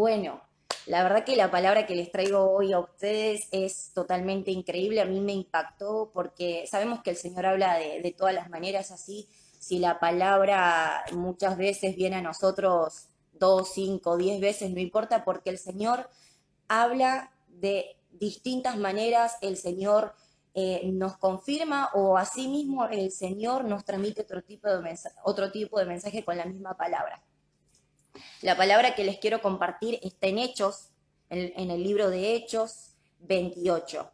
Bueno, la verdad que la palabra que les traigo hoy a ustedes es totalmente increíble. A mí me impactó porque sabemos que el Señor habla de todas las maneras así. Si la palabra muchas veces viene a nosotros 2, 5, 10 veces, no importa, porque el Señor habla de distintas maneras. El Señor nos confirma o asimismo el Señor nos transmite otro tipo de mensaje con la misma palabra. La palabra que les quiero compartir está en Hechos, en el libro de Hechos 28.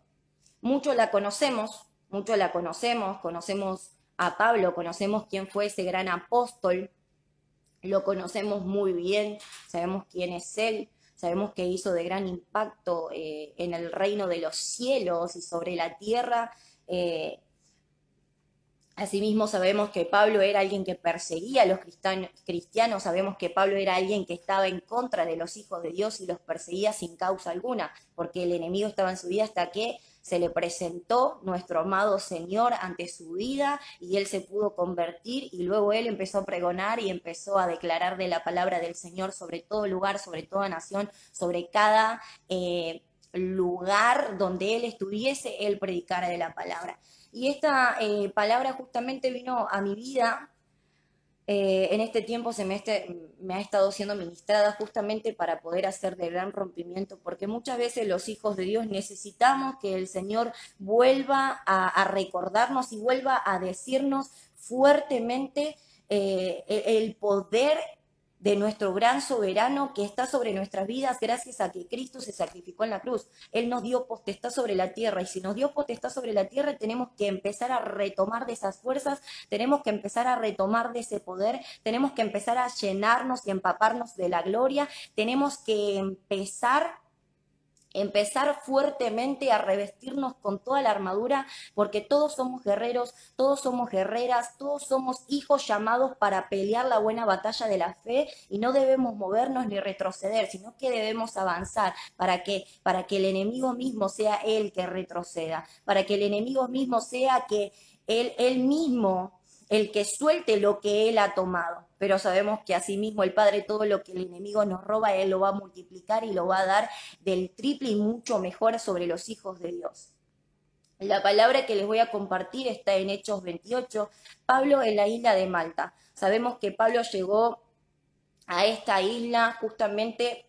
Mucho la conocemos, conocemos a Pablo, conocemos quién fue ese gran apóstol, lo conocemos muy bien, sabemos quién es él, sabemos que hizo de gran impacto en el reino de los cielos y sobre la tierra. eh, Asimismo, sabemos que Pablo era alguien que perseguía a los cristianos, sabemos que Pablo era alguien que estaba en contra de los hijos de Dios y los perseguía sin causa alguna, porque el enemigo estaba en su vida hasta que se le presentó nuestro amado Señor ante su vida y él se pudo convertir y luego él empezó a pregonar y empezó a declarar de la palabra del Señor sobre todo lugar, sobre toda nación, sobre cada lugar donde él estuviese, él predicara de la palabra. Y esta palabra justamente vino a mi vida. En este tiempo me ha estado siendo ministrada justamente para poder hacer de gran rompimiento, porque muchas veces los hijos de Dios necesitamos que el Señor vuelva a recordarnos y vuelva a decirnos fuertemente el poder de nuestro gran soberano que está sobre nuestras vidas gracias a que Cristo se sacrificó en la cruz. Él nos dio potestad sobre la tierra y si nos dio potestad sobre la tierra tenemos que empezar a retomar de esas fuerzas, tenemos que empezar a retomar de ese poder, tenemos que empezar a llenarnos y empaparnos de la gloria, tenemos que empezar fuertemente a revestirnos con toda la armadura, porque todos somos guerreros, todos somos guerreras, todos somos hijos llamados para pelear la buena batalla de la fe y no debemos movernos ni retroceder, sino que debemos avanzar para que el enemigo mismo sea él que retroceda, para que el enemigo mismo sea que él mismo el que suelte lo que él ha tomado. Pero sabemos que asimismo el Padre todo lo que el enemigo nos roba, él lo va a multiplicar y lo va a dar del triple y mucho mejor sobre los hijos de Dios. La palabra que les voy a compartir está en Hechos 28, Pablo en la isla de Malta. Sabemos que Pablo llegó a esta isla justamente,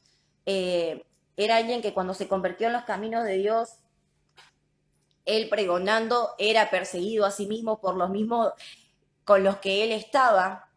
era alguien que cuando se convirtió en los caminos de Dios, él pregonando era perseguido a sí mismo por los mismos con los que él estaba.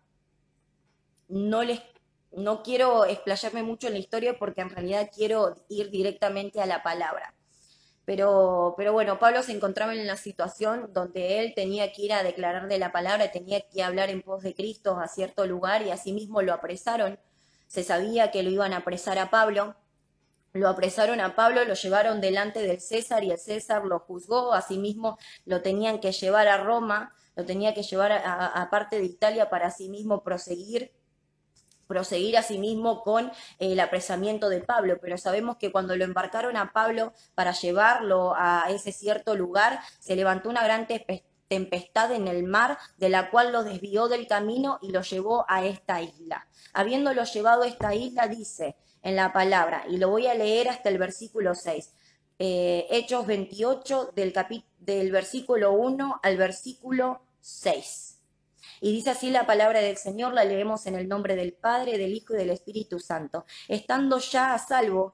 No les no quiero explayarme mucho en la historia porque en realidad quiero ir directamente a la palabra. Pero bueno, Pablo se encontraba en la situación donde él tenía que ir a declarar de la palabra, tenía que hablar en pos de Cristo a cierto lugar y asimismo lo apresaron. Se sabía que lo iban a apresar a Pablo. Lo apresaron a Pablo, lo llevaron delante del César y el César lo juzgó, asimismo lo tenían que llevar a Roma, lo tenía que llevar a parte de Italia para asimismo proseguir a sí mismo con el apresamiento de Pablo, pero sabemos que cuando lo embarcaron a Pablo para llevarlo a ese cierto lugar, se levantó una gran tempestad en el mar, de la cual lo desvió del camino y lo llevó a esta isla. Habiéndolo llevado a esta isla, dice en la palabra, y lo voy a leer hasta el versículo 6, Hechos 28, del versículo 1 al versículo 6. Y dice así la palabra del Señor, la leemos en el nombre del Padre, del Hijo y del Espíritu Santo. Estando ya a salvo,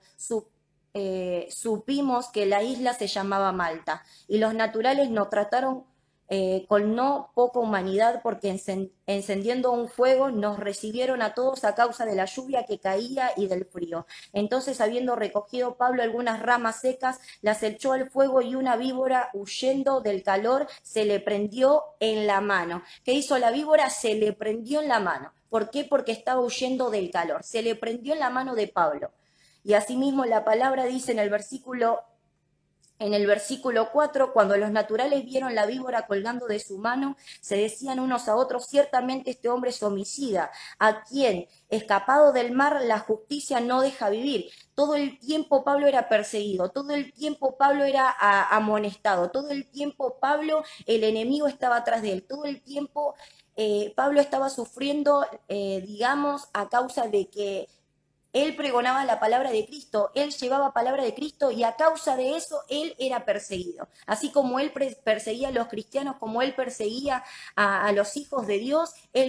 supimos que la isla se llamaba Malta, y los naturales nos trataron con no poca humanidad, porque encendiendo un fuego nos recibieron a todos a causa de la lluvia que caía y del frío. Entonces, habiendo recogido Pablo algunas ramas secas, las echó al fuego y una víbora, huyendo del calor, se le prendió en la mano. ¿Qué hizo la víbora? Se le prendió en la mano. ¿Por qué? Porque estaba huyendo del calor. Se le prendió en la mano de Pablo. Y asimismo la palabra dice en el versículo 4, cuando los naturales vieron la víbora colgando de su mano, se decían unos a otros, ciertamente este hombre es homicida, a quien, escapado del mar, la justicia no deja vivir. Todo el tiempo Pablo era perseguido, todo el tiempo Pablo era amonestado, todo el tiempo Pablo, el enemigo estaba atrás de él, todo el tiempo Pablo estaba sufriendo, digamos, a causa de que Él pregonaba la palabra de Cristo, él llevaba palabra de Cristo y a causa de eso él era perseguido. Así como él perseguía a los cristianos, como él perseguía a los hijos de Dios,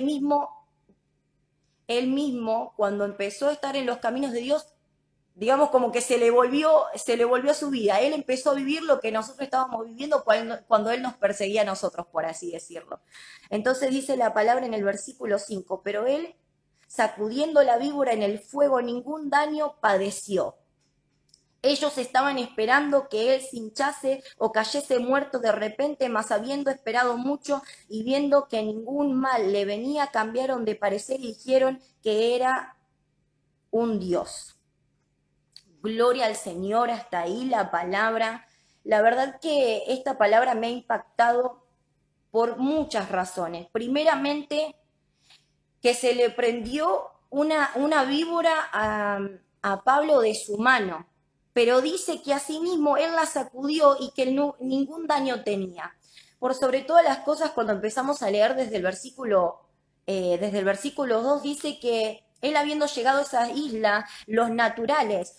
él mismo, cuando empezó a estar en los caminos de Dios, digamos como que se le volvió a su vida. Él empezó a vivir lo que nosotros estábamos viviendo cuando Él nos perseguía a nosotros, por así decirlo. Entonces dice la palabra en el versículo 5, pero Él, sacudiendo la víbora en el fuego, ningún daño padeció. Ellos estaban esperando que él se hinchase o cayese muerto de repente, mas habiendo esperado mucho y viendo que ningún mal le venía, cambiaron de parecer y dijeron que era un Dios. Gloria al Señor, hasta ahí la palabra. La verdad que esta palabra me ha impactado por muchas razones. Primeramente, que se le prendió una víbora a Pablo de su mano, pero dice que asimismo él la sacudió y que ningún daño tenía. Por sobre todas las cosas, cuando empezamos a leer desde el versículo 2, dice que él habiendo llegado a esa isla, los naturales,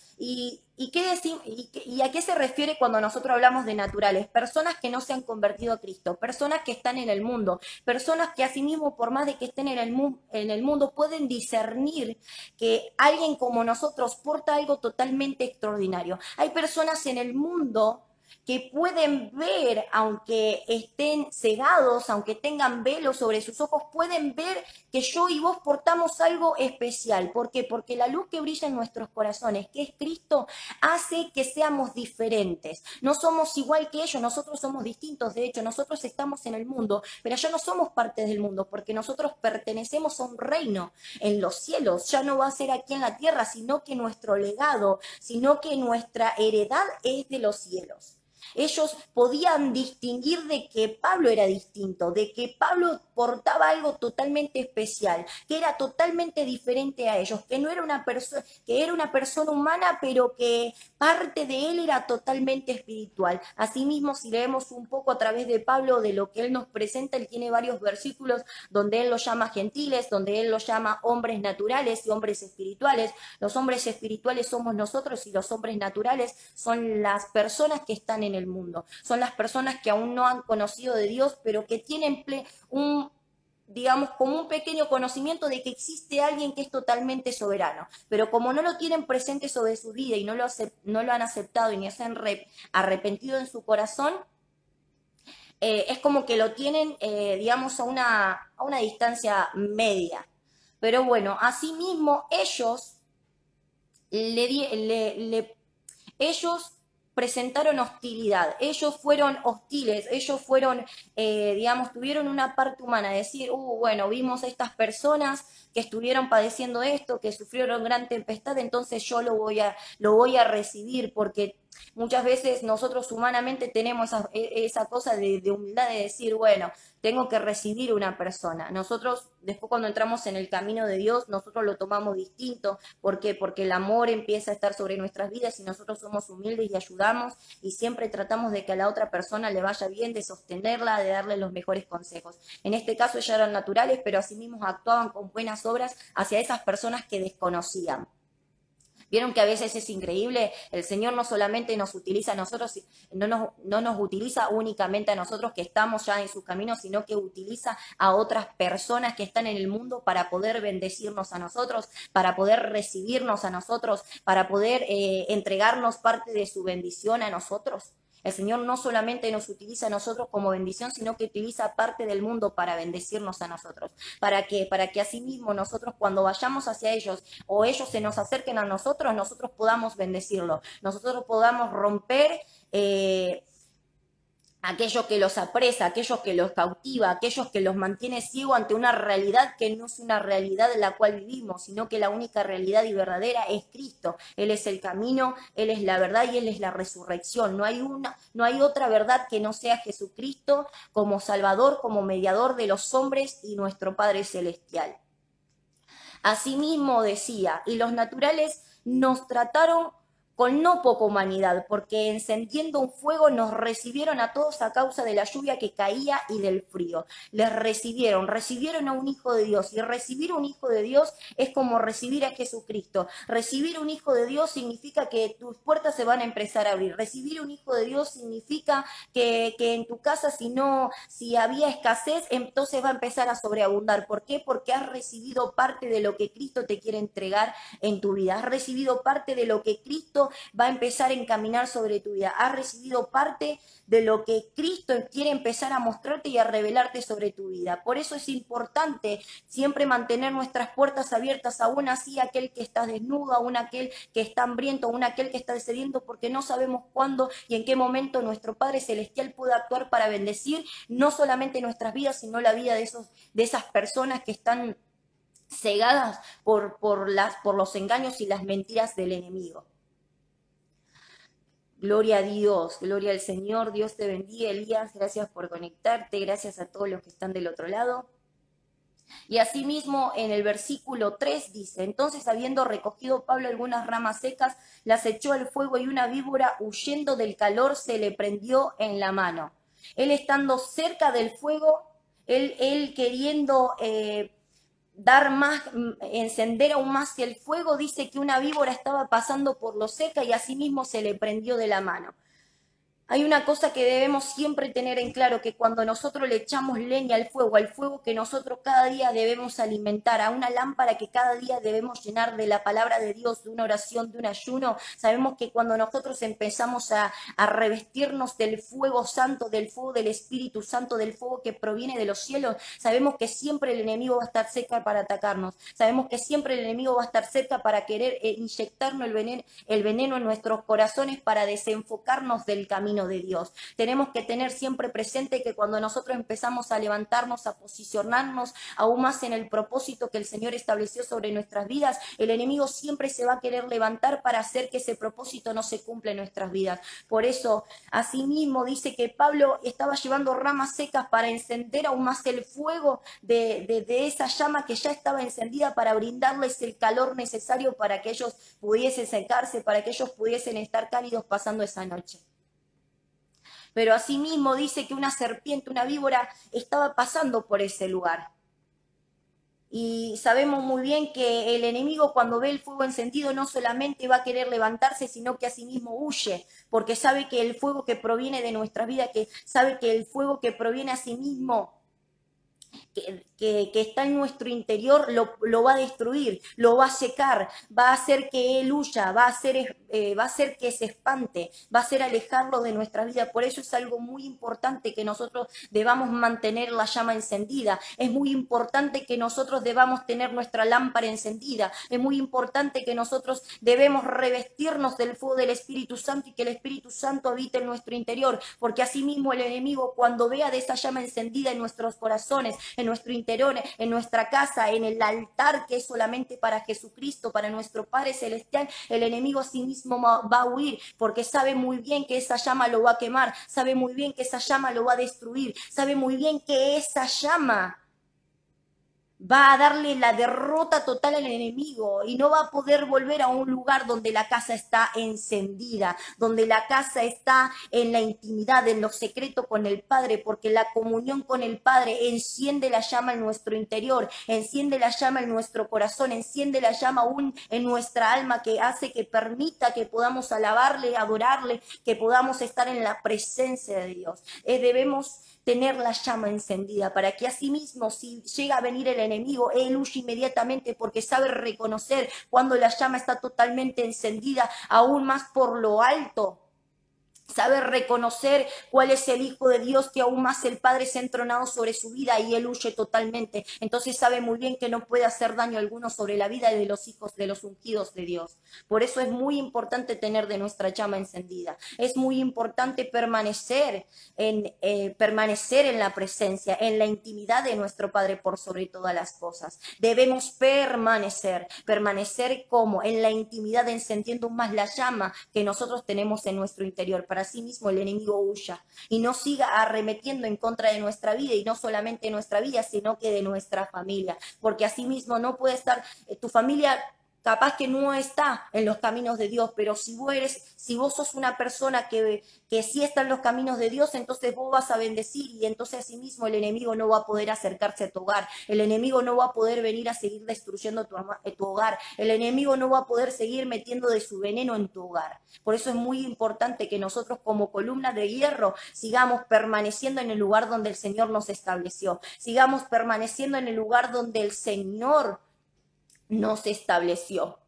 ¿y a qué se refiere cuando nosotros hablamos de naturales? Personas que no se han convertido a Cristo, personas que están en el mundo, personas que asimismo, por más de que estén en el mundo, pueden discernir que alguien como nosotros porta algo totalmente extraordinario. Hay personas en el mundo que pueden ver, aunque estén cegados, aunque tengan velo sobre sus ojos, pueden ver que yo y vos portamos algo especial. ¿Por qué? Porque la luz que brilla en nuestros corazones, que es Cristo, hace que seamos diferentes. No somos igual que ellos, nosotros somos distintos. De hecho, nosotros estamos en el mundo, pero ya no somos parte del mundo, porque nosotros pertenecemos a un reino en los cielos. Ya no va a ser aquí en la tierra, sino que nuestro legado, sino que nuestra heredad es de los cielos. Ellos podían distinguir de que Pablo era distinto, de que Pablo portaba algo totalmente especial, que era totalmente diferente a ellos, que no era una persona, que era una persona humana, pero que parte de él era totalmente espiritual. Asimismo, si leemos un poco a través de Pablo de lo que él nos presenta, él tiene varios versículos donde él los llama gentiles, donde él los llama hombres naturales y hombres espirituales. Los hombres espirituales somos nosotros y los hombres naturales son las personas que están en el mundo. Son las personas que aún no han conocido de Dios, pero que tienen digamos, como un pequeño conocimiento de que existe alguien que es totalmente soberano. Pero como no lo tienen presente sobre su vida y no lo han aceptado y ni se han arrepentido en su corazón, es como que lo tienen, digamos, a una distancia media. Pero bueno, asimismo, ellos ellos presentaron hostilidad, ellos fueron hostiles, ellos fueron, digamos, tuvieron una parte humana, de decir, bueno, vimos a estas personas que estuvieron padeciendo esto, que sufrieron gran tempestad, entonces yo lo voy a recibir, porque muchas veces nosotros humanamente tenemos esa cosa de humildad de decir, bueno, tengo que recibir una persona. Nosotros, después cuando entramos en el camino de Dios, nosotros lo tomamos distinto. ¿Por qué? Porque el amor empieza a estar sobre nuestras vidas y nosotros somos humildes y ayudamos y siempre tratamos de que a la otra persona le vaya bien, de sostenerla, de darle los mejores consejos. En este caso ellas eran naturales, pero asimismo actuaban con buenas obras hacia esas personas que desconocían. Vieron que a veces es increíble, el Señor no solamente nos utiliza a nosotros, no nos utiliza únicamente a nosotros que estamos ya en su camino, sino que utiliza a otras personas que están en el mundo para poder bendecirnos a nosotros, para poder recibirnos a nosotros, para poder entregarnos parte de su bendición a nosotros. El Señor no solamente nos utiliza a nosotros como bendición, sino que utiliza parte del mundo para bendecirnos a nosotros. ¿Para qué? Para que asimismo nosotros cuando vayamos hacia ellos o ellos se nos acerquen a nosotros podamos bendecirlo. Nosotros podamos romper aquello que los apresa, aquello que los cautiva, aquellos que los mantiene ciegos ante una realidad que no es una realidad en la cual vivimos, sino que la única realidad y verdadera es Cristo. Él es el camino, Él es la verdad y Él es la resurrección. No hay otra verdad que no sea Jesucristo como Salvador, como mediador de los hombres y nuestro Padre Celestial. Asimismo decía, y los naturales nos trataron con no poca humanidad, porque encendiendo un fuego nos recibieron a todos a causa de la lluvia que caía y del frío. Les recibieron a un hijo de Dios, y recibir un hijo de Dios es como recibir a Jesucristo. Recibir un hijo de Dios significa que tus puertas se van a empezar a abrir. Recibir un hijo de Dios significa que en tu casa, si había escasez, entonces va a empezar a sobreabundar. ¿Por qué? Porque has recibido parte de lo que Cristo te quiere entregar en tu vida. Has recibido parte de lo que Cristo va a empezar a encaminar sobre tu vida. Has recibido parte de lo que Cristo quiere empezar a mostrarte y a revelarte sobre tu vida. Por eso es importante siempre mantener nuestras puertas abiertas, aún así aquel que está desnudo, aún aquel que está hambriento, aún aquel que está sediento, porque no sabemos cuándo y en qué momento nuestro Padre Celestial puede actuar para bendecir no solamente nuestras vidas, sino la vida de esas personas que están cegadas por los engaños y las mentiras del enemigo. Gloria a Dios, gloria al Señor, Dios te bendiga, Elías, gracias por conectarte, gracias a todos los que están del otro lado. Y asimismo en el versículo 3 dice, entonces habiendo recogido Pablo algunas ramas secas, las echó al fuego y una víbora huyendo del calor se le prendió en la mano. Él estando cerca del fuego, él queriendo dar más, encender aún más el fuego, dice que una víbora estaba pasando por lo seca y asimismo se le prendió de la mano. Hay una cosa que debemos siempre tener en claro, que cuando nosotros le echamos leña al fuego que nosotros cada día debemos alimentar, a una lámpara que cada día debemos llenar de la palabra de Dios, de una oración, de un ayuno, sabemos que cuando nosotros empezamos a revestirnos del fuego santo, del fuego del Espíritu Santo, del fuego que proviene de los cielos, sabemos que siempre el enemigo va a estar cerca para atacarnos, sabemos que siempre el enemigo va a estar cerca para querer inyectarnos el veneno en nuestros corazones para desenfocarnos del camino de Dios. Tenemos que tener siempre presente que cuando nosotros empezamos a levantarnos, a posicionarnos aún más en el propósito que el Señor estableció sobre nuestras vidas, el enemigo siempre se va a querer levantar para hacer que ese propósito no se cumpla en nuestras vidas. Por eso, asimismo, dice que Pablo estaba llevando ramas secas para encender aún más el fuego de esa llama que ya estaba encendida, para brindarles el calor necesario para que ellos pudiesen secarse, para que ellos pudiesen estar cálidos pasando esa noche. Pero asimismo dice que una serpiente, una víbora, estaba pasando por ese lugar. Y sabemos muy bien que el enemigo, cuando ve el fuego encendido, no solamente va a querer levantarse, sino que asimismo huye, porque sabe que el fuego que proviene de nuestra vida, que sabe que el fuego que proviene asimismo que está en nuestro interior, lo va a destruir, lo va a secar, va a hacer que él huya, va a hacer que se espante, va a hacer alejarlo de nuestra vida. Por eso es algo muy importante que nosotros debamos mantener la llama encendida, es muy importante que nosotros debamos tener nuestra lámpara encendida, es muy importante que nosotros debemos revestirnos del fuego del Espíritu Santo y que el Espíritu Santo habite en nuestro interior, porque asimismo el enemigo, cuando vea de esa llama encendida en nuestros corazones, en nuestro interior, en nuestra casa, en el altar que es solamente para Jesucristo, para nuestro Padre Celestial, el enemigo a sí mismo va a huir, porque sabe muy bien que esa llama lo va a quemar, sabe muy bien que esa llama lo va a destruir, sabe muy bien que esa llama va a darle la derrota total al enemigo y no va a poder volver a un lugar donde la casa está encendida, donde la casa está en la intimidad, en lo secreto con el Padre, porque la comunión con el Padre enciende la llama en nuestro interior, enciende la llama en nuestro corazón, enciende la llama aún en nuestra alma, que hace que permita que podamos alabarle, adorarle, que podamos estar en la presencia de Dios. Debemos tener la llama encendida para que asimismo, si llega a venir el enemigo, él huye inmediatamente, porque sabe reconocer cuando la llama está totalmente encendida, aún más por lo alto. Sabe reconocer cuál es el Hijo de Dios, que aún más el Padre se ha entronado sobre su vida y él huye totalmente. Entonces sabe muy bien que no puede hacer daño alguno sobre la vida de los hijos, de los ungidos de Dios. Por eso es muy importante tener de nuestra llama encendida. Es muy importante permanecer en la presencia, en la intimidad de nuestro Padre por sobre todas las cosas. Debemos permanecer como en la intimidad, encendiendo más la llama que nosotros tenemos en nuestro interior, para sí mismo el enemigo huya y no siga arremetiendo en contra de nuestra vida, y no solamente de nuestra vida, sino que de nuestra familia, porque así mismo no puede estar tu familia. capaz que no está en los caminos de Dios, pero si vos sos una persona que sí está en los caminos de Dios, entonces vos vas a bendecir y entonces asimismo el enemigo no va a poder acercarse a tu hogar, el enemigo no va a poder venir a seguir destruyendo tu hogar, el enemigo no va a poder seguir metiendo de su veneno en tu hogar. Por eso es muy importante que nosotros como columna de hierro sigamos permaneciendo en el lugar donde el Señor nos estableció, sigamos permaneciendo en el lugar donde el Señor nos estableció.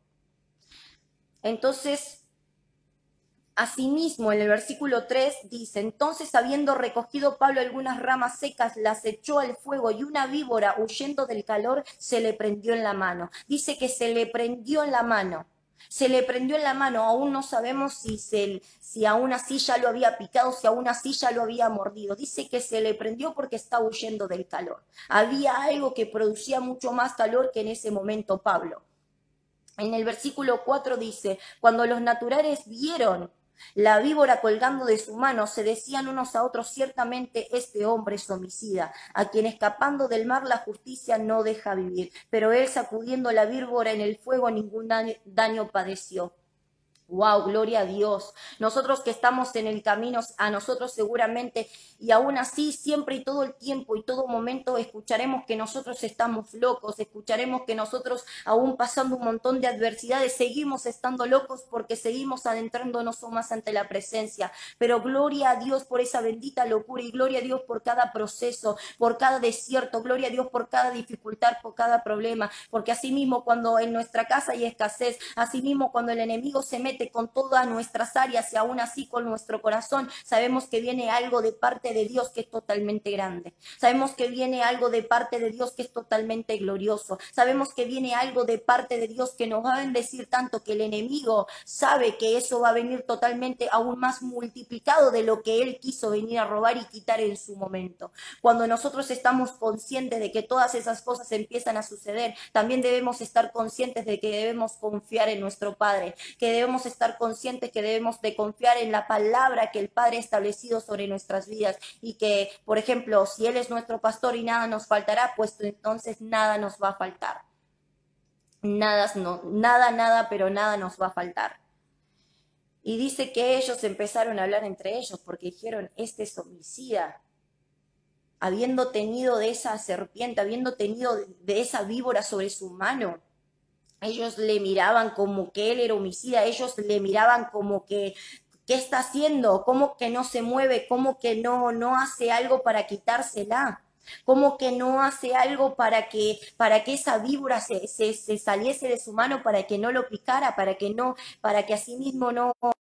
Entonces, asimismo, en el versículo 3 dice, entonces habiendo recogido Pablo algunas ramas secas, las echó al fuego y una víbora, huyendo del calor, se le prendió en la mano. Dice que se le prendió en la mano. Se le prendió en la mano, aún no sabemos si aún así ya lo había picado, si aún así ya lo había mordido. Dice que se le prendió porque estaba huyendo del calor. Había algo que producía mucho más calor que en ese momento Pablo. En el versículo 4 dice, cuando los naturales vieron la víbora colgando de su mano, se decían unos a otros, ciertamente este hombre es homicida, a quien escapando del mar la justicia no deja vivir. Pero él, sacudiendo la víbora en el fuego, ningún daño padeció. Wow, gloria a Dios. Nosotros que estamos en el camino, a nosotros seguramente, y aún así, siempre y todo el tiempo y todo momento, escucharemos que nosotros estamos locos, escucharemos que nosotros, aún pasando un montón de adversidades, seguimos estando locos porque seguimos adentrándonos más ante la presencia. Pero gloria a Dios por esa bendita locura y gloria a Dios por cada proceso, por cada desierto, gloria a Dios por cada dificultad, por cada problema, porque así mismo cuando en nuestra casa hay escasez, así mismo cuando el enemigo se mete con todas nuestras áreas y aún así con nuestro corazón, sabemos que viene algo de parte de Dios que es totalmente grande. Sabemos que viene algo de parte de Dios que es totalmente glorioso. Sabemos que viene algo de parte de Dios que nos va a bendecir tanto que el enemigo sabe que eso va a venir totalmente aún más multiplicado de lo que él quiso venir a robar y quitar en su momento. Cuando nosotros estamos conscientes de que todas esas cosas empiezan a suceder, también debemos estar conscientes de que debemos confiar en nuestro Padre, que debemos estar conscientes que debemos de confiar en la palabra que el Padre ha establecido sobre nuestras vidas y que, por ejemplo, si Él es nuestro pastor y nada nos faltará, pues entonces nada nos va a faltar. Nada, no, nada, pero nada nos va a faltar. Y dice que ellos empezaron a hablar entre ellos porque dijeron, este es homicida. Habiendo tenido de esa serpiente, habiendo tenido de esa víbora sobre su mano, ellos le miraban como que él era homicida, ellos le miraban como que, ¿qué está haciendo? ¿Cómo que no se mueve? ¿Cómo que no hace algo para quitársela? ¿Cómo que no hace algo para que esa víbora se saliese de su mano, para que no lo picara, para que así mismo no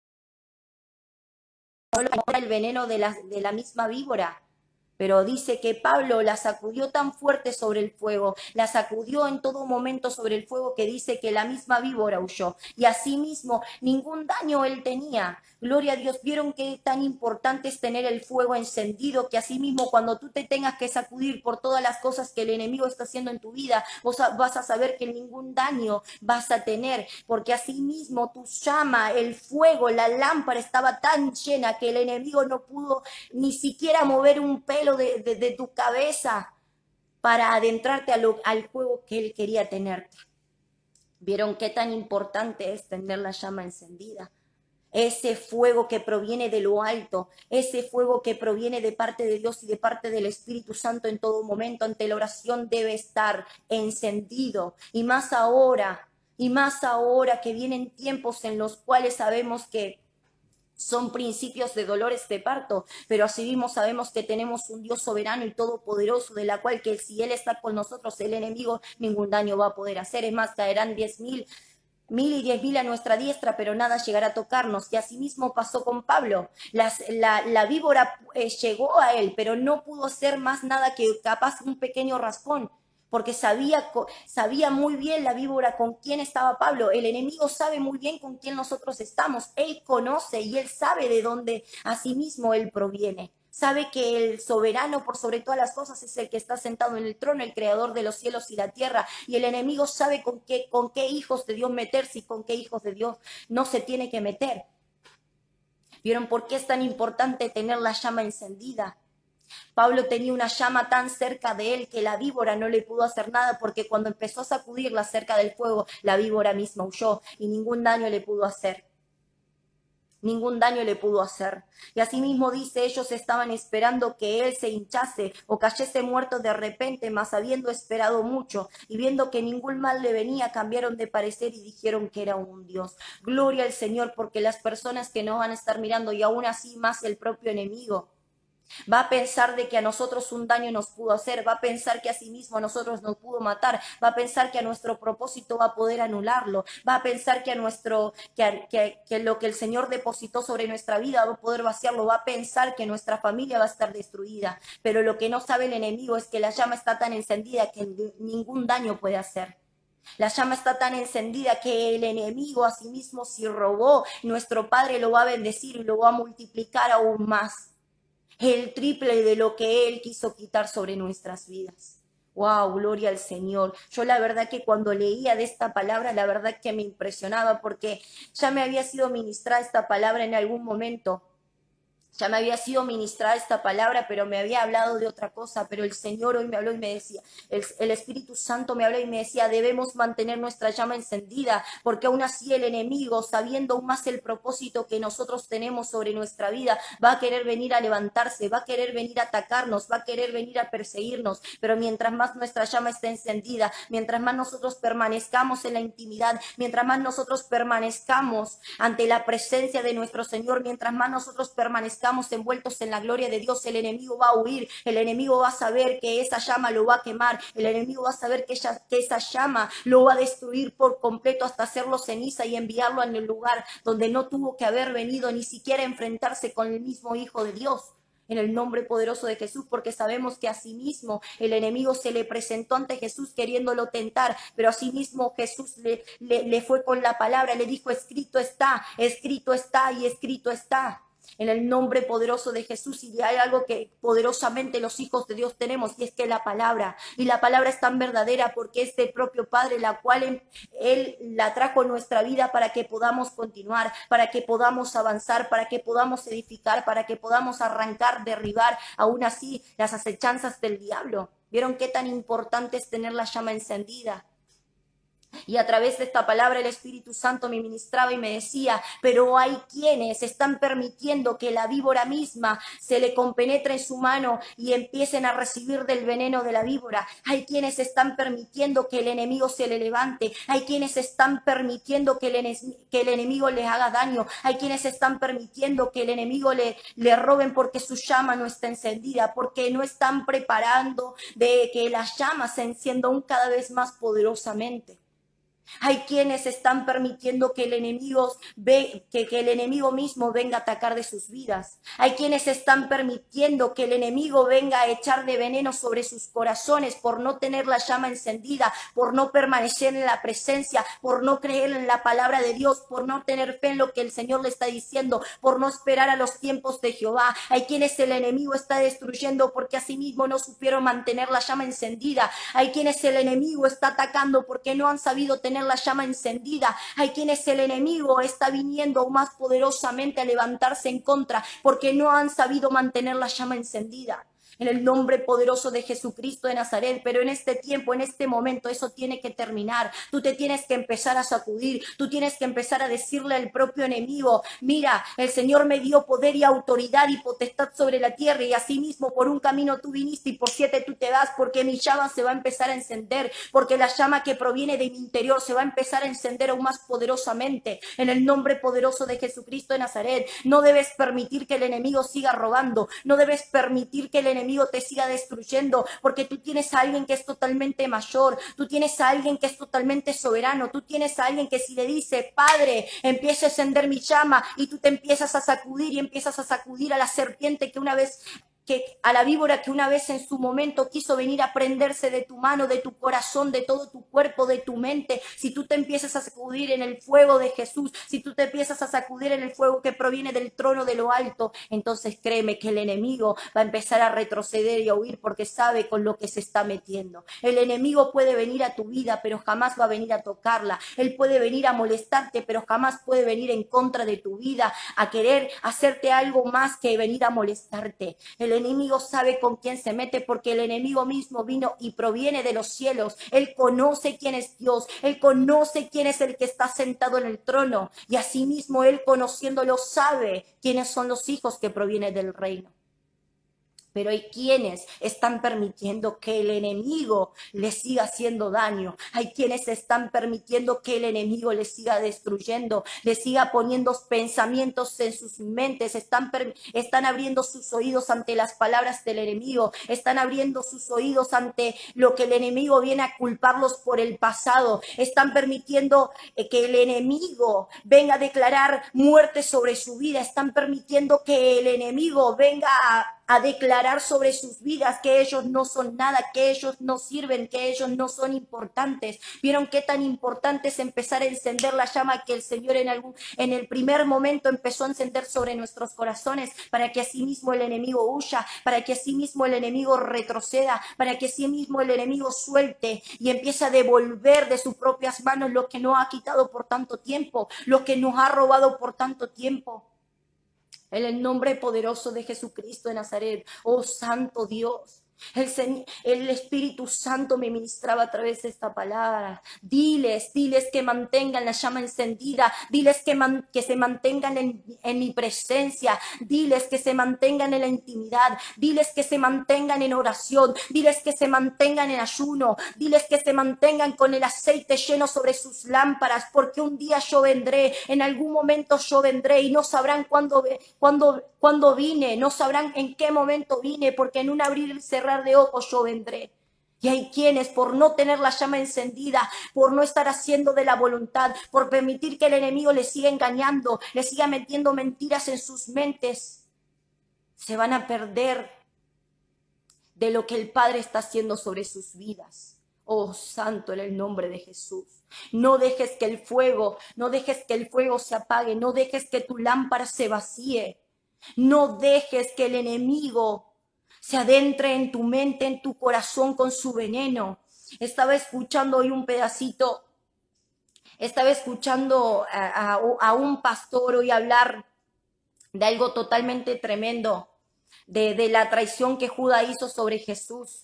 el veneno de la misma víbora? Pero dice que Pablo la sacudió tan fuerte sobre el fuego, la sacudió en todo momento sobre el fuego, que dice que la misma víbora huyó. Y asimismo, ningún daño él tenía. Gloria a Dios. ¿Vieron qué tan importante es tener el fuego encendido? Que asimismo, cuando tú te tengas que sacudir por todas las cosas que el enemigo está haciendo en tu vida, vos vas a saber que ningún daño vas a tener. Porque asimismo, tu llama, el fuego, la lámpara estaba tan llena que el enemigo no pudo ni siquiera mover un pelo de tu cabeza para adentrarte al fuego que él quería tenerte. ¿Vieron qué tan importante es tener la llama encendida? Ese fuego que proviene de lo alto, ese fuego que proviene de parte de Dios y de parte del Espíritu Santo en todo momento ante la oración debe estar encendido. Y más ahora que vienen tiempos en los cuales sabemos que son principios de dolores de parto, pero así mismo sabemos que tenemos un Dios soberano y todopoderoso, de la cual que si Él está con nosotros, el enemigo ningún daño va a poder hacer. Es más, caerán 10.000 y 10.000 a nuestra diestra, pero nada llegará a tocarnos. Y así mismo pasó con Pablo. La víbora llegó a él, pero no pudo hacer más nada que capaz un pequeño raspón, porque sabía muy bien la víbora con quién estaba Pablo. El enemigo sabe muy bien con quién nosotros estamos. Él conoce y él sabe de dónde asimismo él proviene. Sabe que el soberano por sobre todas las cosas es el que está sentado en el trono, el creador de los cielos y la tierra. Y el enemigo sabe con qué hijos de Dios meterse y con qué hijos de Dios no se tiene que meter. ¿Vieron por qué es tan importante tener la llama encendida? Pablo tenía una llama tan cerca de él que la víbora no le pudo hacer nada, porque cuando empezó a sacudirla cerca del fuego, la víbora misma huyó y ningún daño le pudo hacer. Ningún daño le pudo hacer. Y asimismo dice, ellos estaban esperando que él se hinchase o cayese muerto de repente, mas habiendo esperado mucho y viendo que ningún mal le venía, cambiaron de parecer y dijeron que era un dios. Gloria al Señor, porque las personas que nos van a estar mirando, y aún así más el propio enemigo, va a pensar de que a nosotros un daño nos pudo hacer, va a pensar que a sí mismo a nosotros nos pudo matar, va a pensar que a nuestro propósito va a poder anularlo, va a pensar que que lo que el Señor depositó sobre nuestra vida va a poder vaciarlo, va a pensar que nuestra familia va a estar destruida. Pero lo que no sabe el enemigo es que la llama está tan encendida que ningún daño puede hacer. La llama está tan encendida que el enemigo a sí mismo, si robó, nuestro Padre lo va a bendecir y lo va a multiplicar aún más, el triple de lo que Él quiso quitar sobre nuestras vidas. Wow, gloria al Señor. Yo la verdad que cuando leía de esta palabra, la verdad que me impresionaba, porque ya me había sido ministrada esta palabra en algún momento. Ya me había sido ministrada esta palabra, pero me había hablado de otra cosa. Pero el Señor hoy me habló y me decía, el Espíritu Santo me habló y me decía, debemos mantener nuestra llama encendida, porque aún así el enemigo, sabiendo aún más el propósito que nosotros tenemos sobre nuestra vida, va a querer venir a levantarse, va a querer venir a atacarnos, va a querer venir a perseguirnos. Pero mientras más nuestra llama esté encendida, mientras más nosotros permanezcamos en la intimidad, mientras más nosotros permanezcamos ante la presencia de nuestro Señor, mientras más nosotros permanezcamos envueltos en la gloria de Dios, el enemigo va a huir, el enemigo va a saber que esa llama lo va a quemar, el enemigo va a saber que esa llama lo va a destruir por completo hasta hacerlo ceniza y enviarlo en el lugar donde no tuvo que haber venido ni siquiera enfrentarse con el mismo Hijo de Dios. En el nombre poderoso de Jesús, porque sabemos que asimismo el enemigo se le presentó ante Jesús queriéndolo tentar, pero asimismo Jesús le fue con la palabra, le dijo, escrito está y escrito está. En el nombre poderoso de Jesús. Y hay algo que poderosamente los hijos de Dios tenemos, y es que la palabra, y la palabra es tan verdadera porque es del propio Padre, la cual Él la trajo en nuestra vida para que podamos continuar, para que podamos avanzar, para que podamos edificar, para que podamos arrancar, derribar aún así las acechanzas del diablo. ¿Vieron qué tan importante es tener la llama encendida? Y a través de esta palabra el Espíritu Santo me ministraba y me decía, pero hay quienes están permitiendo que la víbora misma se le compenetre en su mano y empiecen a recibir del veneno de la víbora. Hay quienes están permitiendo que el enemigo se le levante. Hay quienes están permitiendo que el enemigo les haga daño. Hay quienes están permitiendo que el enemigo le roben porque su llama no está encendida, porque no están preparando de que la llama se encienda aún cada vez más poderosamente. Hay quienes están permitiendo que el enemigo mismo venga a atacar de sus vidas. Hay quienes están permitiendo que el enemigo venga a echar de veneno sobre sus corazones por no tener la llama encendida, por no permanecer en la presencia, por no creer en la palabra de Dios, por no tener fe en lo que el Señor le está diciendo, por no esperar a los tiempos de Jehová. Hay quienes el enemigo está destruyendo porque asimismo no supieron mantener la llama encendida. Hay quienes el enemigo está atacando porque no han sabido tener la llama encendida. Hay quienes el enemigo está viniendo aún más poderosamente a levantarse en contra porque no han sabido mantener la llama encendida. En el nombre poderoso de Jesucristo de Nazaret, pero en este tiempo, en este momento, eso tiene que terminar. Tú te tienes que empezar a sacudir, tú tienes que empezar a decirle al propio enemigo, mira, el Señor me dio poder y autoridad y potestad sobre la tierra, y asimismo por un camino tú viniste y por 7 tú te vas, porque mi llama se va a empezar a encender, porque la llama que proviene de mi interior se va a empezar a encender aún más poderosamente. En el nombre poderoso de Jesucristo de Nazaret, no debes permitir que el enemigo siga robando, no debes permitir que el enemigo te siga destruyendo, porque tú tienes a alguien que es totalmente mayor, tú tienes a alguien que es totalmente soberano, tú tienes a alguien que si le dice, Padre, empieza a encender mi llama, y tú te empiezas a sacudir y empiezas a sacudir a la serpiente a la víbora que una vez en su momento quiso venir a prenderse de tu mano, de tu corazón, de todo tu cuerpo, de tu mente. Si tú te empiezas a sacudir en el fuego de Jesús, si tú te empiezas a sacudir en el fuego que proviene del trono de lo alto, entonces créeme que el enemigo va a empezar a retroceder y a huir porque sabe con lo que se está metiendo. El enemigo puede venir a tu vida, pero jamás va a venir a tocarla. Él puede venir a molestarte, pero jamás puede venir en contra de tu vida, a querer hacerte algo más que venir a molestarte. El el enemigo sabe con quién se mete, porque el enemigo mismo vino y proviene de los cielos. Él conoce quién es Dios, él conoce quién es el que está sentado en el trono, y asimismo él, conociéndolo, sabe quiénes son los hijos que provienen del reino. Pero hay quienes están permitiendo que el enemigo les siga haciendo daño. Hay quienes están permitiendo que el enemigo les siga destruyendo, les siga poniendo pensamientos en sus mentes. Están abriendo sus oídos ante las palabras del enemigo. Están abriendo sus oídos ante lo que el enemigo viene a culparlos por el pasado. Están permitiendo que el enemigo venga a declarar muerte sobre su vida. Están permitiendo que el enemigo venga a declarar sobre sus vidas que ellos no son nada, que ellos no sirven, que ellos no son importantes. ¿Vieron qué tan importante es empezar a encender la llama que el Señor en el primer momento empezó a encender sobre nuestros corazones, para que así mismo el enemigo huya, para que así mismo el enemigo retroceda, para que así mismo el enemigo suelte y empiece a devolver de sus propias manos lo que nos ha quitado por tanto tiempo, lo que nos ha robado por tanto tiempo? En el nombre poderoso de Jesucristo de Nazaret, oh Santo Dios. El Espíritu Santo me ministraba a través de esta palabra. Diles que mantengan la llama encendida. Diles que se mantengan en mi presencia. Diles que se mantengan en la intimidad. Diles que se mantengan en oración. Diles que se mantengan en ayuno. Diles que se mantengan con el aceite lleno sobre sus lámparas, porque un día yo vendré, en algún momento yo vendré, y no sabrán cuándo vine, no sabrán en qué momento vine, porque en un abrir y cerrar de ojos yo vendré. Y hay quienes, por no tener la llama encendida, por no estar haciendo de la voluntad, por permitir que el enemigo les siga engañando, les siga metiendo mentiras en sus mentes, se van a perder de lo que el Padre está haciendo sobre sus vidas. Oh, Santo, en el nombre de Jesús. No dejes que el fuego se apague, no dejes que tu lámpara se vacíe, no dejes que el enemigo se adentre en tu mente, en tu corazón con su veneno. Estaba escuchando hoy un pedacito, a un pastor hoy hablar de algo totalmente tremendo, de la traición que Judas hizo sobre Jesús.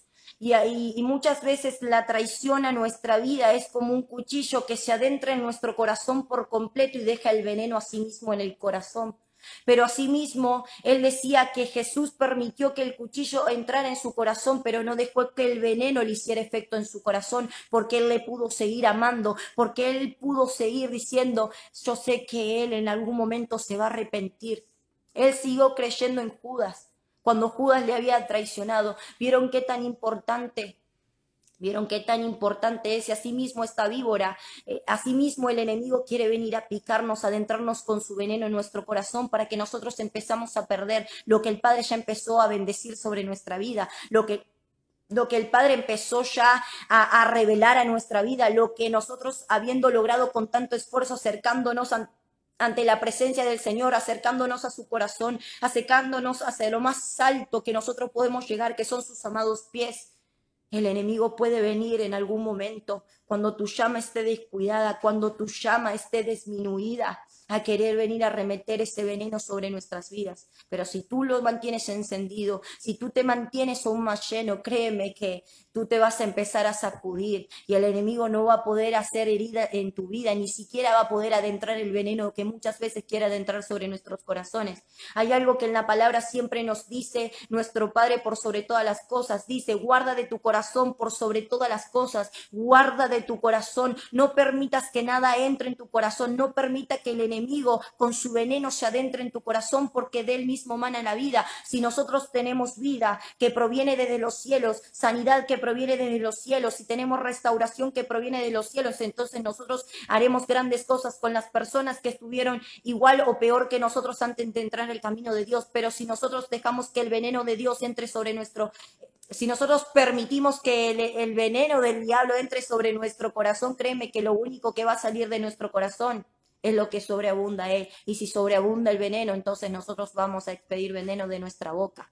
Y muchas veces la traición a nuestra vida es como un cuchillo que se adentra en nuestro corazón por completo y deja el veneno a sí mismo en el corazón. Pero asimismo, él decía que Jesús permitió que el cuchillo entrara en su corazón, pero no dejó que el veneno le hiciera efecto en su corazón, porque él le pudo seguir amando, porque él pudo seguir diciendo, yo sé que él en algún momento se va a arrepentir. Él siguió creyendo en Judas, cuando Judas le había traicionado. ¿Vieron qué tan importante? ¿Vieron qué tan importante es? Y asimismo esta víbora, asimismo el enemigo quiere venir a picarnos, a adentrarnos con su veneno en nuestro corazón, para que nosotros empezamos a perder lo que el Padre ya empezó a bendecir sobre nuestra vida, lo que el Padre empezó ya a revelar a nuestra vida, lo que nosotros, habiendo logrado con tanto esfuerzo, acercándonos ante la presencia del Señor, acercándonos a su corazón, acercándonos hacia lo más alto que nosotros podemos llegar, que son sus amados pies. El enemigo puede venir en algún momento, cuando tu llama esté descuidada, cuando tu llama esté disminuida, a querer venir a remeter ese veneno sobre nuestras vidas. Pero si tú lo mantienes encendido, si tú te mantienes aún más lleno, créeme que tú te vas a empezar a sacudir y el enemigo no va a poder hacer herida en tu vida, ni siquiera va a poder adentrar el veneno que muchas veces quiere adentrar sobre nuestros corazones. Hay algo que en la palabra siempre nos dice nuestro Padre por sobre todas las cosas. Dice, guarda de tu corazón por sobre todas las cosas, guarda de tu corazón, no permitas que nada entre en tu corazón, no permita que el enemigo con su veneno se adentre en tu corazón, porque de él mismo mana la vida. Si nosotros tenemos vida que proviene desde los cielos, sanidad que proviene desde los cielos, si tenemos restauración que proviene de los cielos, entonces nosotros haremos grandes cosas con las personas que estuvieron igual o peor que nosotros antes de entrar en el camino de Dios. Pero si nosotros dejamos que el veneno de Dios entre sobre si nosotros permitimos que el veneno del diablo entre sobre nuestro corazón, créeme que lo único que va a salir de nuestro corazón es lo que sobreabunda él. Y si sobreabunda el veneno, entonces nosotros vamos a expedir veneno de nuestra boca.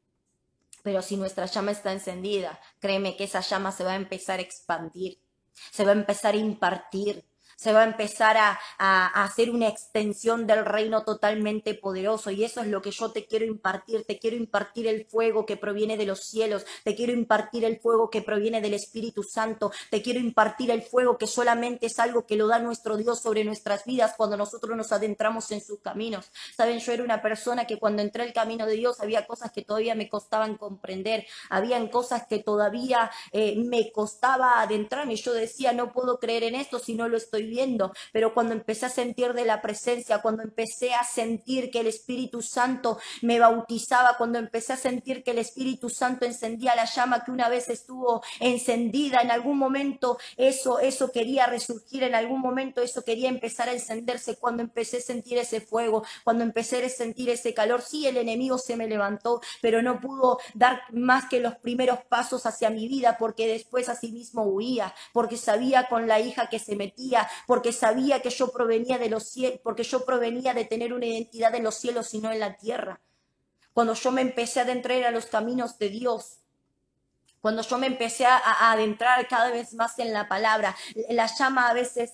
Pero si nuestra llama está encendida, créeme que esa llama se va a empezar a expandir, se va a empezar a impartir, Se va a empezar a hacer una extensión del reino totalmente poderoso. Y eso es lo que yo te quiero impartir. Te quiero impartir el fuego que proviene de los cielos. Te quiero impartir el fuego que proviene del Espíritu Santo. Te quiero impartir el fuego que solamente es algo que lo da nuestro Dios sobre nuestras vidas cuando nosotros nos adentramos en sus caminos. Saben, yo era una persona que cuando entré al camino de Dios había cosas que todavía me costaban comprender. Habían cosas que todavía me costaba adentrarme. Yo decía, no puedo creer en esto si no lo estoy viendo, pero cuando empecé a sentir de la presencia, cuando empecé a sentir que el Espíritu Santo me bautizaba, cuando empecé a sentir que el Espíritu Santo encendía la llama que una vez estuvo encendida, en algún momento eso quería resurgir, en algún momento eso quería empezar a encenderse, cuando empecé a sentir ese fuego, cuando empecé a sentir ese calor, sí, el enemigo se me levantó, pero no pudo dar más que los primeros pasos hacia mi vida, porque después asimismo huía, porque sabía con la hija que se metía, porque sabía que yo provenía de los cielos, porque yo provenía de tener una identidad en los cielos y no en la tierra. Cuando yo me empecé a adentrar a los caminos de Dios, cuando yo me empecé a adentrar cada vez más en la palabra, la llama a veces,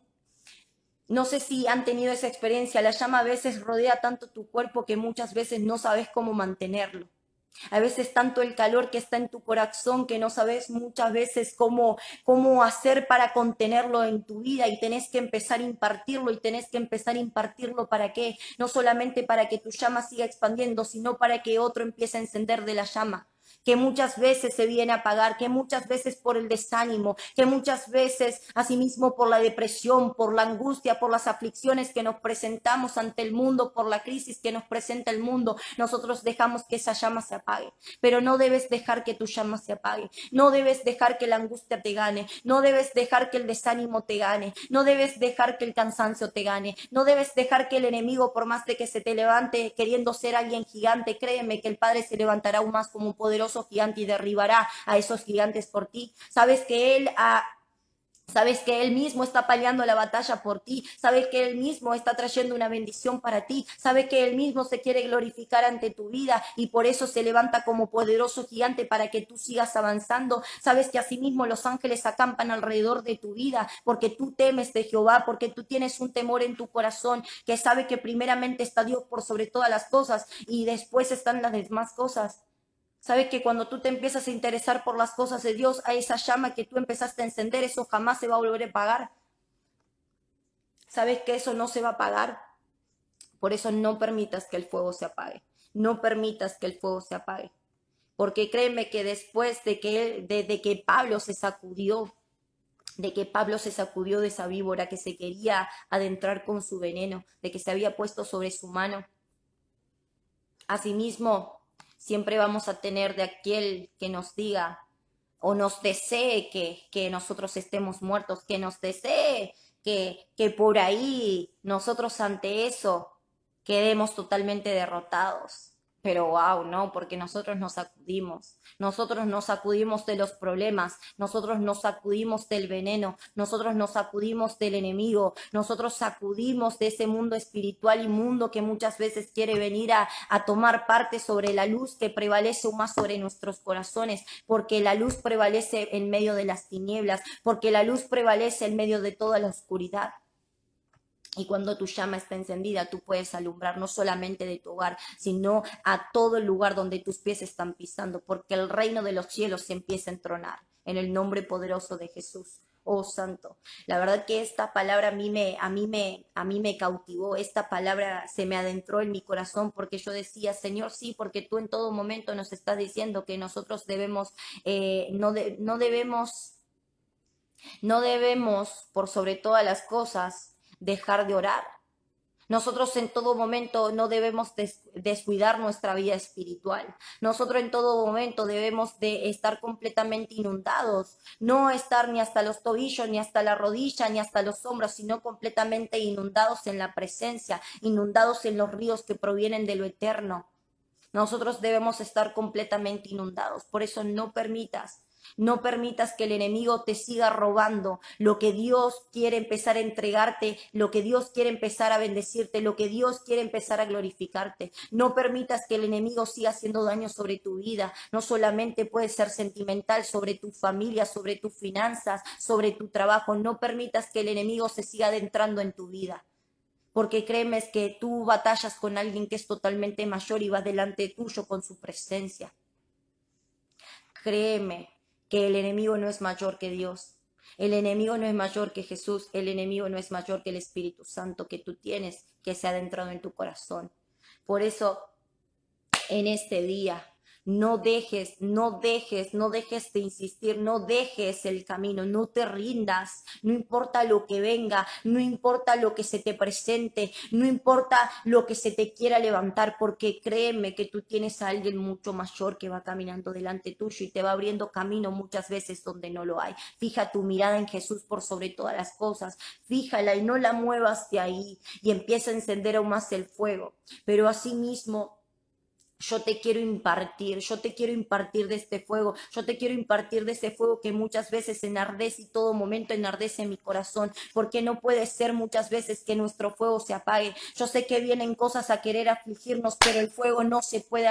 no sé si han tenido esa experiencia, la llama a veces rodea tanto tu cuerpo que muchas veces no sabes cómo mantenerlo. A veces tanto el calor que está en tu corazón que no sabes muchas veces cómo hacer para contenerlo en tu vida y tenés que empezar a impartirlo y tenés que empezar a impartirlo para qué, no solamente para que tu llama siga expandiendo, sino para que otro empiece a encender de la llama, que muchas veces se viene a apagar, que muchas veces por el desánimo, que muchas veces asimismo por la depresión, por la angustia, por las aflicciones que nos presentamos ante el mundo, por la crisis que nos presenta el mundo, nosotros dejamos que esa llama se apague. Pero no debes dejar que tu llama se apague, no debes dejar que la angustia te gane, no debes dejar que el desánimo te gane, no debes dejar que el cansancio te gane, no debes dejar que el enemigo, por más de que se te levante queriendo ser alguien gigante, créeme que el Padre se levantará aún más como un poderoso gigante y derribará a esos gigantes por ti. Sabes que Él mismo está peleando la batalla por ti. Sabes que Él mismo está trayendo una bendición para ti. Sabes que Él mismo se quiere glorificar ante tu vida y por eso se levanta como poderoso gigante para que tú sigas avanzando. Sabes que asimismo los ángeles acampan alrededor de tu vida porque tú temes de Jehová, porque tú tienes un temor en tu corazón que sabe que primeramente está Dios por sobre todas las cosas y después están las demás cosas. Sabes que cuando tú te empiezas a interesar por las cosas de Dios, a esa llama que tú empezaste a encender, eso jamás se va a volver a apagar. Sabes que eso no se va a apagar. Por eso no permitas que el fuego se apague. No permitas que el fuego se apague. Porque créeme que después de que Pablo se sacudió, de esa víbora que se quería adentrar con su veneno, de que se había puesto sobre su mano, asimismo, siempre vamos a tener de aquel que nos diga o nos desee que nosotros estemos muertos, que nos desee que por ahí nosotros ante eso quedemos totalmente derrotados. Pero wow, no, porque nosotros nos sacudimos de los problemas, nosotros nos sacudimos del veneno, nosotros nos sacudimos del enemigo, nosotros sacudimos de ese mundo espiritual y mundo que muchas veces quiere venir a tomar parte sobre la luz que prevalece aún más sobre nuestros corazones, porque la luz prevalece en medio de las tinieblas, porque la luz prevalece en medio de toda la oscuridad. Y cuando tu llama está encendida, tú puedes alumbrar no solamente de tu hogar, sino a todo el lugar donde tus pies están pisando, porque el reino de los cielos se empieza a entronar en el nombre poderoso de Jesús. Oh Santo, la verdad que esta palabra a mí me cautivó, esta palabra se me adentró en mi corazón porque yo decía, Señor, sí, porque tú en todo momento nos estás diciendo que nosotros debemos, no debemos, por sobre todas las cosas, dejar de orar. Nosotros en todo momento no debemos descuidar nuestra vida espiritual. Nosotros en todo momento debemos de estar completamente inundados, no estar ni hasta los tobillos, ni hasta la rodilla, ni hasta los hombros, sino completamente inundados en la presencia, inundados en los ríos que provienen de lo eterno. Nosotros debemos estar completamente inundados. Por eso no permitas No permitas que el enemigo te siga robando lo que Dios quiere empezar a entregarte, lo que Dios quiere empezar a bendecirte, lo que Dios quiere empezar a glorificarte. No permitas que el enemigo siga haciendo daño sobre tu vida. No solamente puede ser sentimental, sobre tu familia, sobre tus finanzas, sobre tu trabajo. No permitas que el enemigo se siga adentrando en tu vida. Porque créeme que tú batallas con alguien que es totalmente mayor y va delante tuyo con su presencia. Créeme que el enemigo no es mayor que Dios. El enemigo no es mayor que Jesús. El enemigo no es mayor que el Espíritu Santo que tú tienes, que se ha adentrado en tu corazón. Por eso, en este día, no dejes de insistir, no dejes el camino, no te rindas, no importa lo que venga, no importa lo que se te presente, no importa lo que se te quiera levantar, porque créeme que tú tienes a alguien mucho mayor que va caminando delante tuyo y te va abriendo camino muchas veces donde no lo hay. Fija tu mirada en Jesús por sobre todas las cosas, fíjala y no la muevas de ahí y empieza a encender aún más el fuego, pero asimismo yo te quiero impartir de este fuego, yo te quiero impartir de ese fuego que muchas veces enardece y todo momento enardece mi corazón, porque no puede ser muchas veces que nuestro fuego se apague. Yo sé que vienen cosas a querer afligirnos, pero el fuego no se puede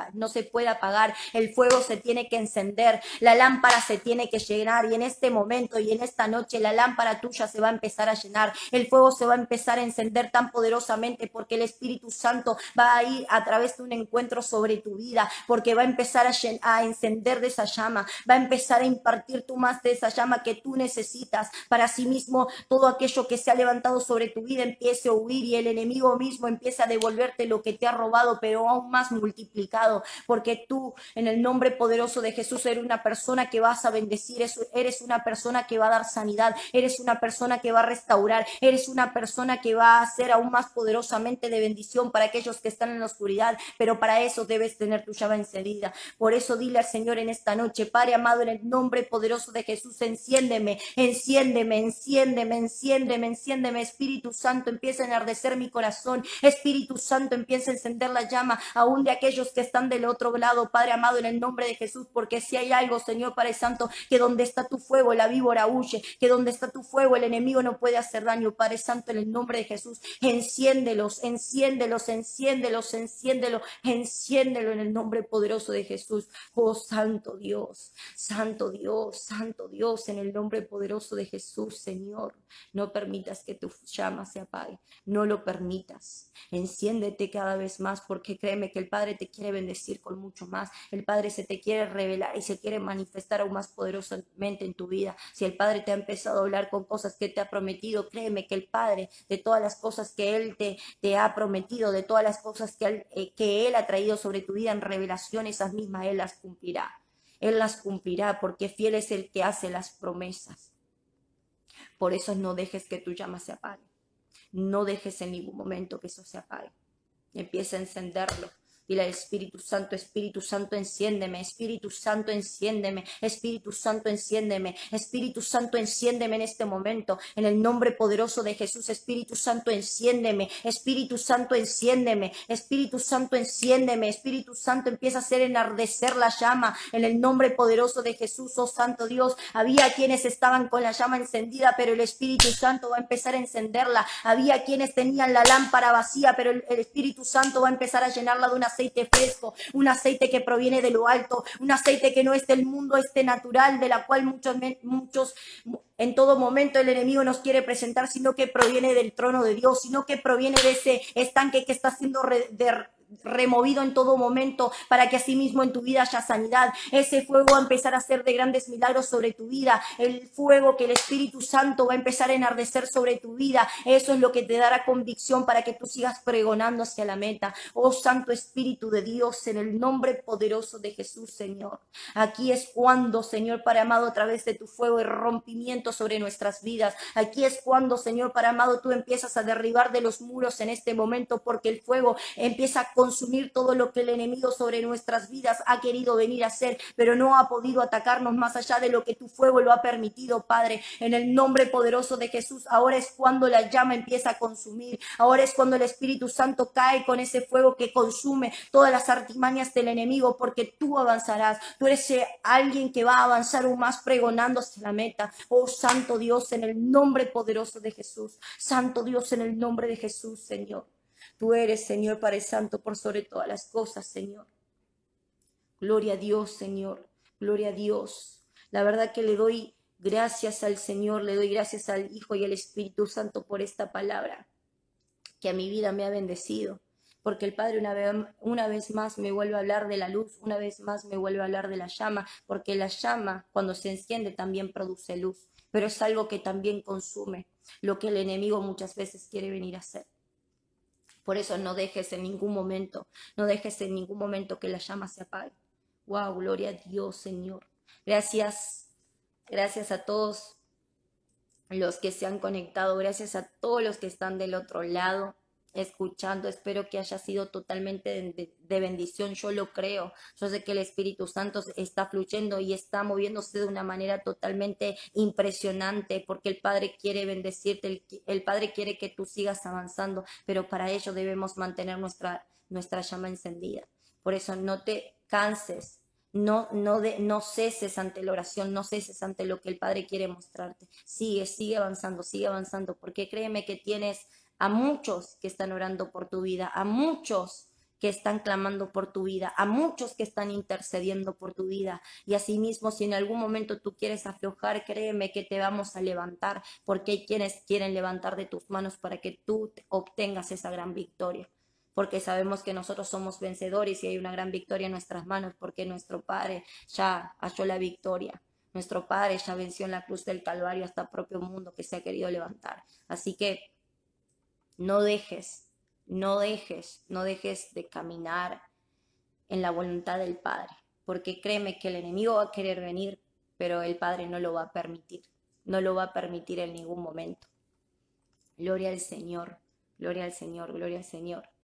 apagar, el fuego se tiene que encender, la lámpara se tiene que llenar y en este momento y en esta noche la lámpara tuya se va a empezar a llenar, el fuego se va a empezar a encender tan poderosamente porque el Espíritu Santo va a ir a través de un encuentro sobre tu vida, porque va a empezar a encender de esa llama, va a empezar a impartir tú más de esa llama que tú necesitas para sí mismo. Todo aquello que se ha levantado sobre tu vida empiece a huir y el enemigo mismo empieza a devolverte lo que te ha robado, pero aún más multiplicado, porque tú en el nombre poderoso de Jesús eres una persona que vas a bendecir, eres una persona que va a dar sanidad, eres una persona que va a restaurar, eres una persona que va a hacer aún más poderosamente de bendición para aquellos que están en la oscuridad, pero para eso debes tener tu llama encendida. Por eso dile al Señor en esta noche: Padre amado, en el nombre poderoso de Jesús, enciéndeme, enciéndeme, enciéndeme, enciéndeme, enciéndeme. Espíritu Santo, empieza a enardecer mi corazón. Espíritu Santo, empieza a encender la llama aún de aquellos que están del otro lado, Padre amado, en el nombre de Jesús, porque si hay algo, Señor Padre Santo, que donde está tu fuego la víbora huye, que donde está tu fuego el enemigo no puede hacer daño. Padre Santo, en el nombre de Jesús, enciéndelos, enciéndelos, enciéndelos, enciéndelos, enciéndelo en el nombre poderoso de Jesús. Oh Santo Dios, Santo Dios, Santo Dios, en el nombre poderoso de Jesús, Señor, no permitas que tu llama se apague, no lo permitas, enciéndete cada vez más, porque créeme que el Padre te quiere bendecir con mucho más, el Padre se te quiere revelar y se quiere manifestar aún más poderosamente en tu vida. Si el Padre te ha empezado a hablar con cosas que te ha prometido, créeme que el Padre, de todas las cosas que Él te ha prometido, de todas las cosas que Él ha traído sobre tu vida en revelación, esas mismas Él las cumplirá. Él las cumplirá, porque fiel es el que hace las promesas. Por eso no dejes que tu llama se apague. No dejes en ningún momento que eso se apague. Empieza a encenderlo. Dile al Espíritu Santo: Espíritu Santo, enciéndeme, Espíritu Santo, enciéndeme, Espíritu Santo, enciéndeme, Espíritu Santo, enciéndeme en este momento, en el nombre poderoso de Jesús. Espíritu Santo, enciéndeme, Espíritu Santo, enciéndeme, Espíritu Santo, enciéndeme, Espíritu Santo, empieza a hacer enardecer la llama, en el nombre poderoso de Jesús. Oh Santo Dios, había quienes estaban con la llama encendida, pero el Espíritu Santo va a empezar a encenderla. Había quienes tenían la lámpara vacía, pero el Espíritu Santo va a empezar a llenarla de un aceite fresco, un aceite que proviene de lo alto, un aceite que no es del mundo, natural, de la cual muchos en todo momento el enemigo nos quiere presentar, sino que proviene del trono de Dios, sino que proviene de ese estanque que está siendo removido en todo momento, para que así mismo en tu vida haya sanidad. Ese fuego va a empezar a hacer de grandes milagros sobre tu vida, el fuego que el Espíritu Santo va a empezar a enardecer sobre tu vida. Eso es lo que te dará convicción para que tú sigas pregonando hacia la meta. Oh Santo Espíritu de Dios, en el nombre poderoso de Jesús, Señor, aquí es cuando, Señor Padre amado, a través de tu fuego y rompimiento sobre nuestras vidas, aquí es cuando, Señor Padre amado, tú empiezas a derribar de los muros en este momento, porque el fuego empieza a consumir todo lo que el enemigo sobre nuestras vidas ha querido venir a hacer, pero no ha podido atacarnos más allá de lo que tu fuego lo ha permitido, Padre. En el nombre poderoso de Jesús, ahora es cuando la llama empieza a consumir, ahora es cuando el Espíritu Santo cae con ese fuego que consume todas las artimañas del enemigo, porque tú avanzarás, tú eres alguien que va a avanzar aún más pregonando hacia la meta. Oh Santo Dios, en el nombre poderoso de Jesús, Santo Dios, en el nombre de Jesús, Señor. Tú eres, Señor, Padre Santo, por sobre todas las cosas, Señor. Gloria a Dios, Señor, gloria a Dios. La verdad que le doy gracias al Señor, le doy gracias al Hijo y al Espíritu Santo por esta palabra que a mi vida me ha bendecido, porque el Padre una vez más me vuelve a hablar de la luz, una vez más me vuelve a hablar de la llama, porque la llama cuando se enciende también produce luz, pero es algo que también consume lo que el enemigo muchas veces quiere venir a hacer. Por eso no dejes en ningún momento, no dejes en ningún momento que la llama se apague. Wow, gloria a Dios, Señor. Gracias, gracias a todos los que se han conectado, gracias a todos los que están del otro lado escuchando. Espero que haya sido totalmente de bendición. Yo lo creo. Yo sé que el Espíritu Santo está fluyendo y está moviéndose de una manera totalmente impresionante, porque el Padre quiere bendecirte, el Padre quiere que tú sigas avanzando, pero para ello debemos mantener nuestra llama encendida. Por eso no te canses. No ceses ante la oración, no ceses ante lo que el Padre quiere mostrarte. Sigue avanzando, porque créeme que tienes a muchos que están orando por tu vida, a muchos que están clamando por tu vida, a muchos que están intercediendo por tu vida. Y asimismo, si en algún momento tú quieres aflojar, créeme que te vamos a levantar, porque hay quienes quieren levantar de tus manos para que tú obtengas esa gran victoria. Porque sabemos que nosotros somos vencedores y hay una gran victoria en nuestras manos, porque nuestro Padre ya halló la victoria. Nuestro Padre ya venció en la cruz del Calvario hasta el propio mundo que se ha querido levantar. Así que no dejes de caminar en la voluntad del Padre, porque créeme que el enemigo va a querer venir, pero el Padre no lo va a permitir, no lo va a permitir en ningún momento. Gloria al Señor, gloria al Señor, gloria al Señor.